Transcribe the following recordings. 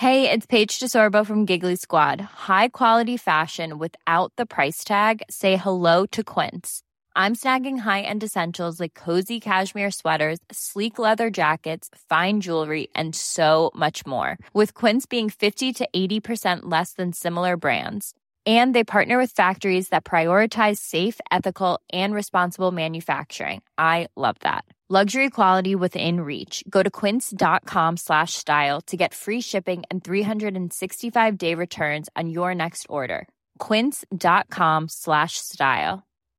Hey, it's Paige DeSorbo from Giggly Squad. High quality fashion without the price tag. Say hello to Quince. I'm snagging high-end essentials like cozy cashmere sweaters, sleek leather jackets, fine jewelry, and so much more. With Quince being 50 to 80% less than similar brands. And they partner with factories that prioritize safe, ethical, and responsible manufacturing. I love that. Luxury quality within reach. Go to quince.com/style to get free shipping and 365-day returns on your next order. Quince.com/style.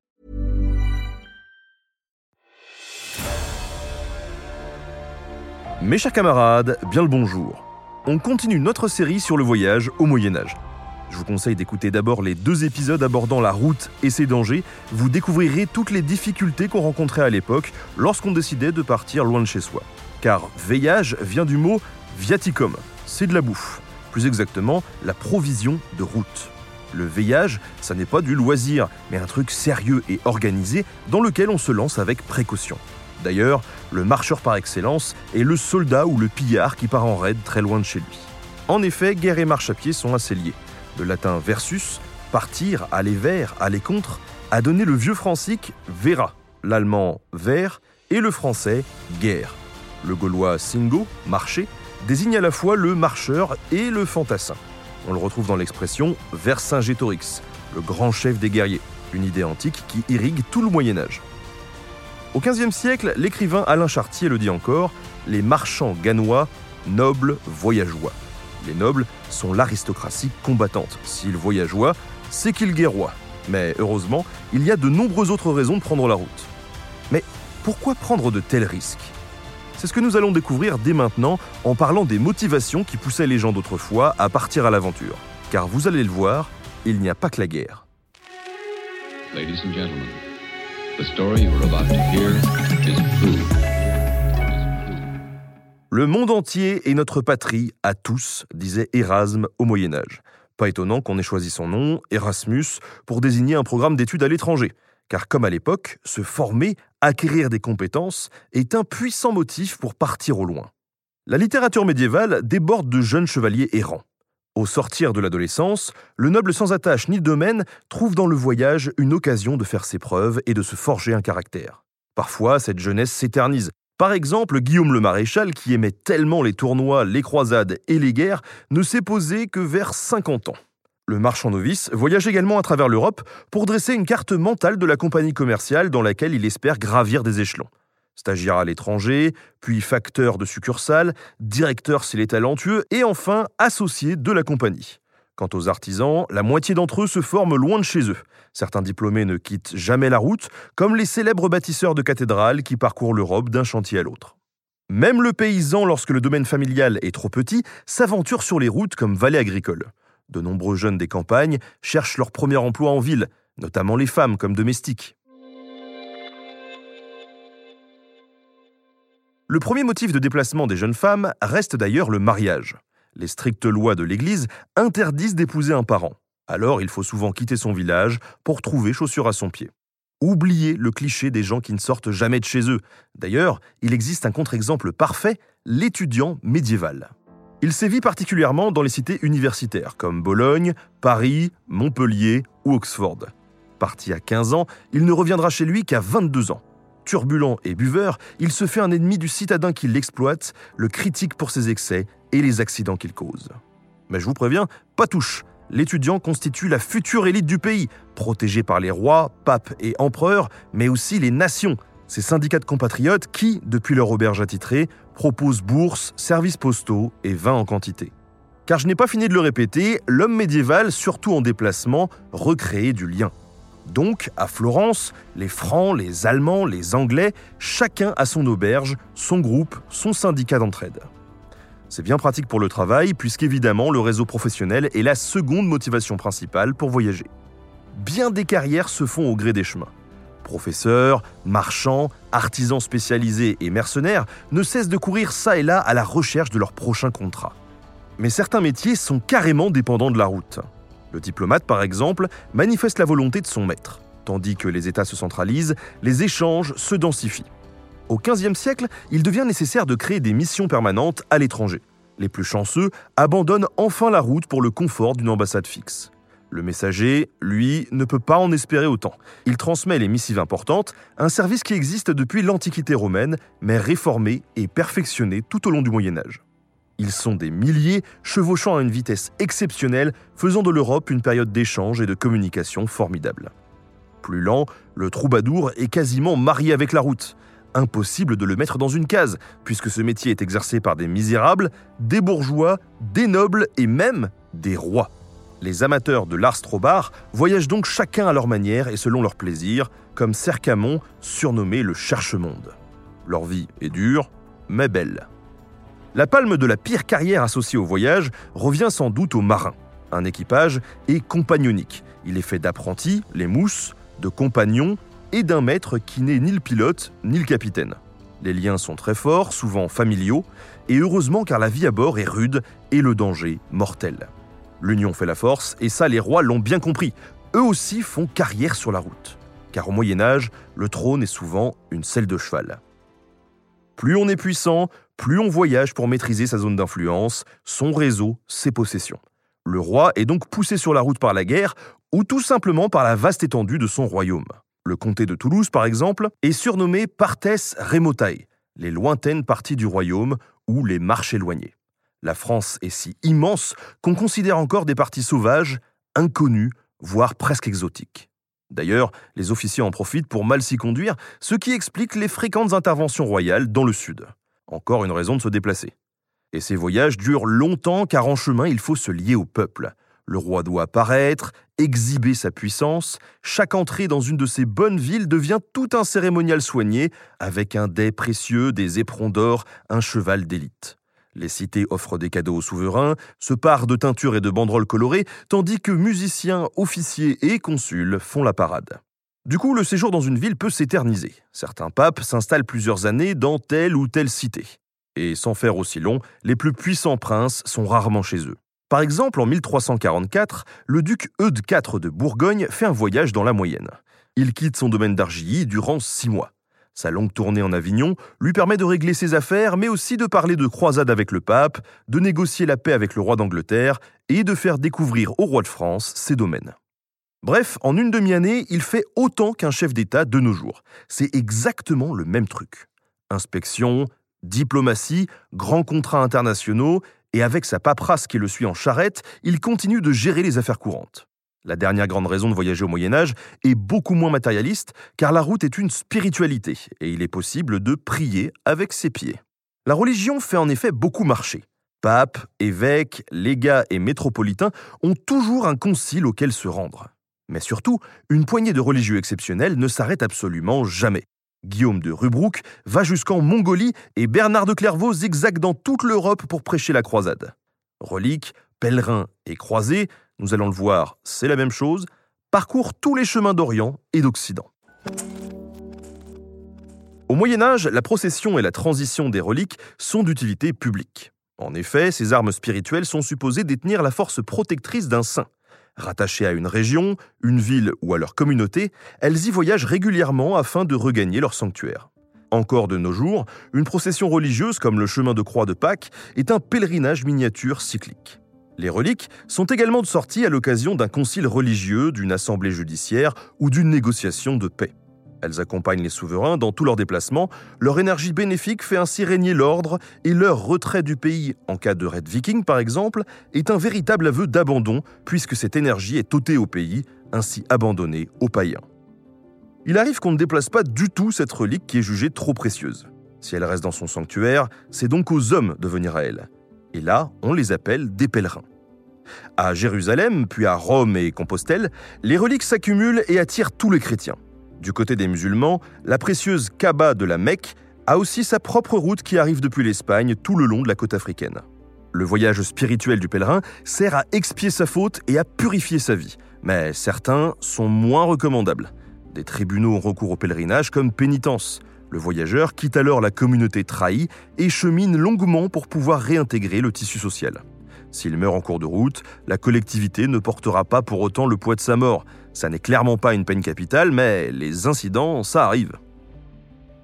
Mes chers camarades, bien le bonjour. On continue notre série sur le voyage au Moyen-Âge. Je vous conseille d'écouter d'abord les 2 épisodes abordant la route et ses dangers. Vous découvrirez toutes les difficultés qu'on rencontrait à l'époque lorsqu'on décidait de partir loin de chez soi. Car veillage vient du mot viaticum, c'est de la bouffe. Plus exactement, la provision de route. Le veillage, ça n'est pas du loisir, mais un truc sérieux et organisé dans lequel on se lance avec précaution. D'ailleurs, le marcheur par excellence est le soldat ou le pillard qui part en raid très loin de chez lui. En effet, guerre et marche à pied sont assez liés. Le latin versus, partir, aller vers, aller contre, a donné le vieux francique vera, l'allemand ver et le français guerre. Le gaulois singo, marcher, désigne à la fois le marcheur et le fantassin. On le retrouve dans l'expression Vercingétorix, le grand chef des guerriers, une idée antique qui irrigue tout le Moyen-Âge. Au XVe siècle, l'écrivain Alain Chartier le dit encore, les marchands gannois, nobles voyageois. Les nobles sont l'aristocratie combattante. S'ils voyageoient, c'est qu'ils guerroient. Mais heureusement, il y a de nombreuses autres raisons de prendre la route. Mais pourquoi prendre de tels risques ? C'est ce que nous allons découvrir dès maintenant en parlant des motivations qui poussaient les gens d'autrefois à partir à l'aventure. Car vous allez le voir, il n'y a pas que la guerre. Ladies and gentlemen, the story you're about to hear is true. Le monde entier est notre patrie à tous, disait Érasme au Moyen-Âge. Pas étonnant qu'on ait choisi son nom, Erasmus, pour désigner un programme d'études à l'étranger. Car comme à l'époque, se former, acquérir des compétences, est un puissant motif pour partir au loin. La littérature médiévale déborde de jeunes chevaliers errants. Au sortir de l'adolescence, le noble sans attache ni domaine trouve dans le voyage une occasion de faire ses preuves et de se forger un caractère. Parfois, cette jeunesse s'éternise. Par exemple, Guillaume le Maréchal, qui aimait tellement les tournois, les croisades et les guerres, ne s'est posé que vers 50 ans. Le marchand novice voyage également à travers l'Europe pour dresser une carte mentale de la compagnie commerciale dans laquelle il espère gravir des échelons. Stagiaire à l'étranger, puis facteur de succursale, directeur s'il est talentueux, et enfin associé de la compagnie. Quant aux artisans, la moitié d'entre eux se forment loin de chez eux. Certains diplômés ne quittent jamais la route, comme les célèbres bâtisseurs de cathédrales qui parcourent l'Europe d'un chantier à l'autre. Même le paysan, lorsque le domaine familial est trop petit, s'aventure sur les routes comme valet agricole. De nombreux jeunes des campagnes cherchent leur premier emploi en ville, notamment les femmes comme domestiques. Le premier motif de déplacement des jeunes femmes reste d'ailleurs le mariage. Les strictes lois de l'Église interdisent d'épouser un parent. Alors il faut souvent quitter son village pour trouver chaussure à son pied. Oubliez le cliché des gens qui ne sortent jamais de chez eux. D'ailleurs, il existe un contre-exemple parfait, l'étudiant médiéval. Il sévit particulièrement dans les cités universitaires comme Bologne, Paris, Montpellier ou Oxford. Parti à 15 ans, il ne reviendra chez lui qu'à 22 ans. Turbulent et buveur, il se fait un ennemi du citadin qui l'exploite, le critique pour ses excès et les accidents qu'il cause. Mais je vous préviens, pas touche. L'étudiant constitue la future élite du pays, protégé par les rois, papes et empereurs, mais aussi les nations, ces syndicats de compatriotes qui, depuis leur auberge attitrée, proposent bourses, services postaux et vin en quantité. Car je n'ai pas fini de le répéter, l'homme médiéval, surtout en déplacement, recréait du lien. Donc, à Florence, les Francs, les Allemands, les Anglais, chacun a son auberge, son groupe, son syndicat d'entraide. C'est bien pratique pour le travail, puisqu'évidemment, le réseau professionnel est la seconde motivation principale pour voyager. Bien des carrières se font au gré des chemins. Professeurs, marchands, artisans spécialisés et mercenaires ne cessent de courir ça et là à la recherche de leur prochain contrat. Mais certains métiers sont carrément dépendants de la route. Le diplomate, par exemple, manifeste la volonté de son maître. Tandis que les États se centralisent, les échanges se densifient. Au XVe siècle, il devient nécessaire de créer des missions permanentes à l'étranger. Les plus chanceux abandonnent enfin la route pour le confort d'une ambassade fixe. Le messager, lui, ne peut pas en espérer autant. Il transmet les missives importantes, un service qui existe depuis l'Antiquité romaine, mais réformé et perfectionné tout au long du Moyen-Âge. Ils sont des milliers, chevauchant à une vitesse exceptionnelle, faisant de l'Europe une période d'échange et de communication formidable. Plus lent, le troubadour est quasiment marié avec la route. Impossible de le mettre dans une case, puisque ce métier est exercé par des misérables, des bourgeois, des nobles et même des rois. Les amateurs de l'art strobard voyagent donc chacun à leur manière et selon leur plaisir, comme Cercamon, surnommé le cherche-monde. Leur vie est dure, mais belle. La palme de la pire carrière associée au voyage revient sans doute aux marins. Un équipage est compagnonique. Il est fait d'apprentis, les mousses, de compagnons et d'un maître qui n'est ni le pilote ni le capitaine. Les liens sont très forts, souvent familiaux, et heureusement car la vie à bord est rude et le danger mortel. L'union fait la force, et ça les rois l'ont bien compris. Eux aussi font carrière sur la route. Car au Moyen-Âge, le trône est souvent une selle de cheval. Plus on est puissant, plus on voyage pour maîtriser sa zone d'influence, son réseau, ses possessions. Le roi est donc poussé sur la route par la guerre, ou tout simplement par la vaste étendue de son royaume. Le comté de Toulouse, par exemple, est surnommé Partes Remotae, les lointaines parties du royaume ou les marches éloignées. La France est si immense qu'on considère encore des parties sauvages, inconnues, voire presque exotiques. D'ailleurs, les officiers en profitent pour mal s'y conduire, ce qui explique les fréquentes interventions royales dans le sud. Encore une raison de se déplacer. Et ces voyages durent longtemps car en chemin, il faut se lier au peuple. Le roi doit apparaître, exhiber sa puissance. Chaque entrée dans une de ces bonnes villes devient tout un cérémonial soigné, avec un dais précieux, des éperons d'or, un cheval d'élite. Les cités offrent des cadeaux aux souverains, se parent de teintures et de banderoles colorées, tandis que musiciens, officiers et consuls font la parade. Du coup, le séjour dans une ville peut s'éterniser. Certains papes s'installent plusieurs années dans telle ou telle cité. Et sans faire aussi long, les plus puissants princes sont rarement chez eux. Par exemple, en 1344, le duc Eudes IV de Bourgogne fait un voyage dans la Moyenne. Il quitte son domaine d'Argilly durant 6 mois. Sa longue tournée en Avignon lui permet de régler ses affaires, mais aussi de parler de croisade avec le pape, de négocier la paix avec le roi d'Angleterre et de faire découvrir au roi de France ses domaines. Bref, en une demi-année, il fait autant qu'un chef d'État de nos jours. C'est exactement le même truc. Inspection, diplomatie, grands contrats internationaux, et avec sa paperasse qui le suit en charrette, il continue de gérer les affaires courantes. La dernière grande raison de voyager au Moyen-Âge est beaucoup moins matérialiste, car la route est une spiritualité, et il est possible de prier avec ses pieds. La religion fait en effet beaucoup marcher. Papes, évêques, légats et métropolitains ont toujours un concile auquel se rendre. Mais surtout, une poignée de religieux exceptionnels ne s'arrête absolument jamais. Guillaume de Rubruck va jusqu'en Mongolie et Bernard de Clairvaux zigzague dans toute l'Europe pour prêcher la croisade. Reliques, pèlerins et croisés, nous allons le voir, c'est la même chose, parcourent tous les chemins d'Orient et d'Occident. Au Moyen-Âge, la procession et la transition des reliques sont d'utilité publique. En effet, ces armes spirituelles sont supposées détenir la force protectrice d'un saint. Rattachées à une région, une ville ou à leur communauté, elles y voyagent régulièrement afin de regagner leur sanctuaire. Encore de nos jours, une procession religieuse comme le chemin de croix de Pâques est un pèlerinage miniature cyclique. Les reliques sont également de sortie à l'occasion d'un concile religieux, d'une assemblée judiciaire ou d'une négociation de paix. Elles accompagnent les souverains dans tous leurs déplacements, leur énergie bénéfique fait ainsi régner l'ordre et leur retrait du pays, en cas de raid viking par exemple, est un véritable aveu d'abandon puisque cette énergie est ôtée au pays, ainsi abandonnée aux païens. Il arrive qu'on ne déplace pas du tout cette relique qui est jugée trop précieuse. Si elle reste dans son sanctuaire, c'est donc aux hommes de venir à elle. Et là, on les appelle des pèlerins. À Jérusalem, puis à Rome et Compostelle, les reliques s'accumulent et attirent tous les chrétiens. Du côté des musulmans, la précieuse Kaaba de la Mecque a aussi sa propre route qui arrive depuis l'Espagne tout le long de la côte africaine. Le voyage spirituel du pèlerin sert à expier sa faute et à purifier sa vie, mais certains sont moins recommandables. Des tribunaux ont recours au pèlerinage comme pénitence. Le voyageur quitte alors la communauté trahie et chemine longuement pour pouvoir réintégrer le tissu social. S'il meurt en cours de route, la collectivité ne portera pas pour autant le poids de sa mort. Ça n'est clairement pas une peine capitale, mais les incidents, ça arrive. Habile, hein ?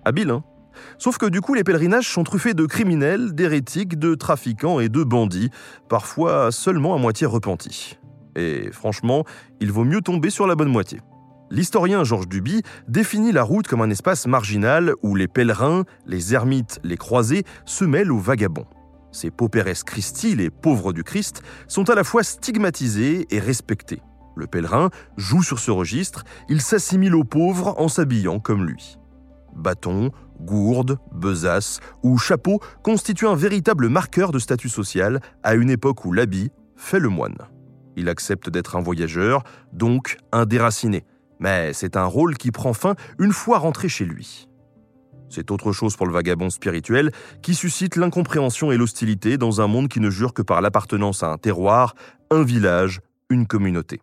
Sauf que du coup, les pèlerinages sont truffés de criminels, d'hérétiques, de trafiquants et de bandits, parfois seulement à moitié repentis. Et franchement, il vaut mieux tomber sur la bonne moitié. L'historien Georges Duby définit la route comme un espace marginal où les pèlerins, les ermites, les croisés se mêlent aux vagabonds. Ces pauperes Christi, les pauvres du Christ, sont à la fois stigmatisés et respectés. Le pèlerin joue sur ce registre, il s'assimile aux pauvres en s'habillant comme lui. Bâton, gourde, besace ou chapeau constituent un véritable marqueur de statut social à une époque où l'habit fait le moine. Il accepte d'être un voyageur, donc un déraciné. Mais c'est un rôle qui prend fin une fois rentré chez lui. C'est autre chose pour le vagabond spirituel qui suscite l'incompréhension et l'hostilité dans un monde qui ne jure que par l'appartenance à un terroir, un village, une communauté.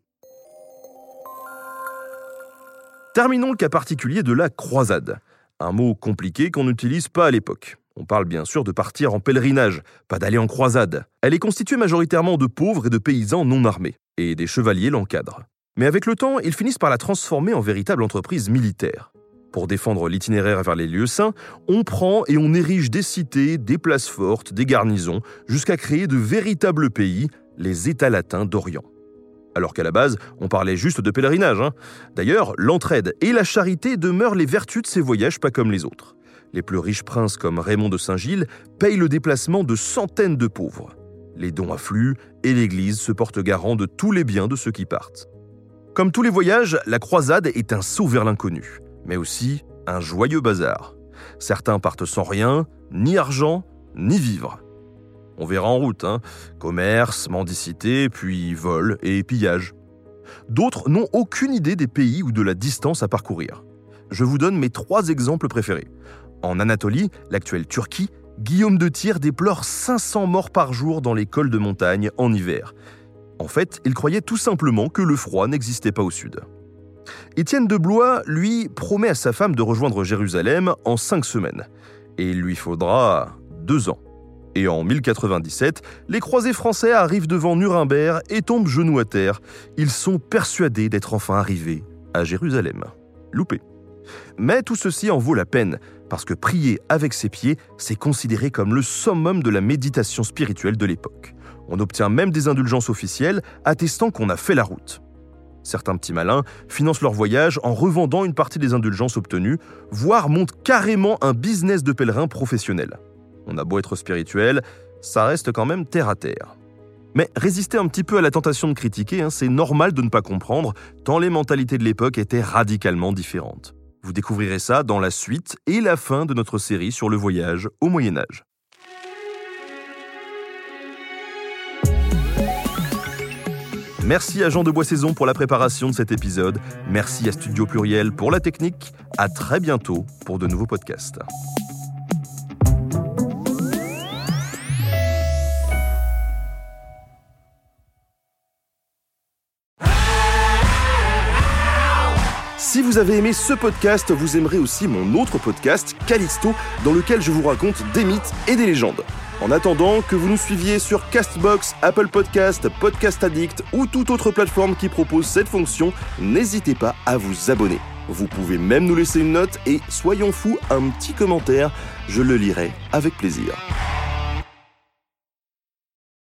Terminons le cas particulier de la croisade. Un mot compliqué qu'on n'utilise pas à l'époque. On parle bien sûr de partir en pèlerinage, pas d'aller en croisade. Elle est constituée majoritairement de pauvres et de paysans non armés, et des chevaliers l'encadrent. Mais avec le temps, ils finissent par la transformer en véritable entreprise militaire. Pour défendre l'itinéraire vers les lieux saints, on prend et on érige des cités, des places fortes, des garnisons, jusqu'à créer de véritables pays, les États latins d'Orient. Alors qu'à la base, on parlait juste de pèlerinage. D'ailleurs, l'entraide et la charité demeurent les vertus de ces voyages pas comme les autres. Les plus riches princes comme Raymond de Saint-Gilles payent le déplacement de centaines de pauvres. Les dons affluent et l'Église se porte garant de tous les biens de ceux qui partent. Comme tous les voyages, la croisade est un saut vers l'inconnu, mais aussi un joyeux bazar. Certains partent sans rien, ni argent, ni vivres. On verra en route, commerce, mendicité, puis vol et pillage. D'autres n'ont aucune idée des pays ou de la distance à parcourir. Je vous donne mes 3 exemples préférés. En Anatolie, l'actuelle Turquie, Guillaume de Tyr déplore 500 morts par jour dans les cols de montagne en hiver. En fait, il croyait tout simplement que le froid n'existait pas au sud. Étienne de Blois, lui, promet à sa femme de rejoindre Jérusalem en 5 semaines. Et il lui faudra 2 ans. Et en 1097, les croisés français arrivent devant Nuremberg et tombent genoux à terre. Ils sont persuadés d'être enfin arrivés à Jérusalem. Loupé. Mais tout ceci en vaut la peine, parce que prier avec ses pieds, c'est considéré comme le summum de la méditation spirituelle de l'époque. On obtient même des indulgences officielles attestant qu'on a fait la route. Certains petits malins financent leur voyage en revendant une partie des indulgences obtenues, voire montent carrément un business de pèlerin professionnel. On a beau être spirituel, ça reste quand même terre à terre. Mais résister un petit peu à la tentation de critiquer, c'est normal de ne pas comprendre, tant les mentalités de l'époque étaient radicalement différentes. Vous découvrirez ça dans la suite et la fin de notre série sur le voyage au Moyen-Âge. Merci à Jean de Boissaison pour la préparation de cet épisode. Merci à Studio Pluriel pour la technique. À très bientôt pour de nouveaux podcasts. Si vous avez aimé ce podcast, vous aimerez aussi mon autre podcast, Callisto, dans lequel je vous raconte des mythes et des légendes. En attendant que vous nous suiviez sur Castbox, Apple Podcast, Podcast Addict ou toute autre plateforme qui propose cette fonction, n'hésitez pas à vous abonner. Vous pouvez même nous laisser une note et, soyons fous, un petit commentaire, je le lirai avec plaisir.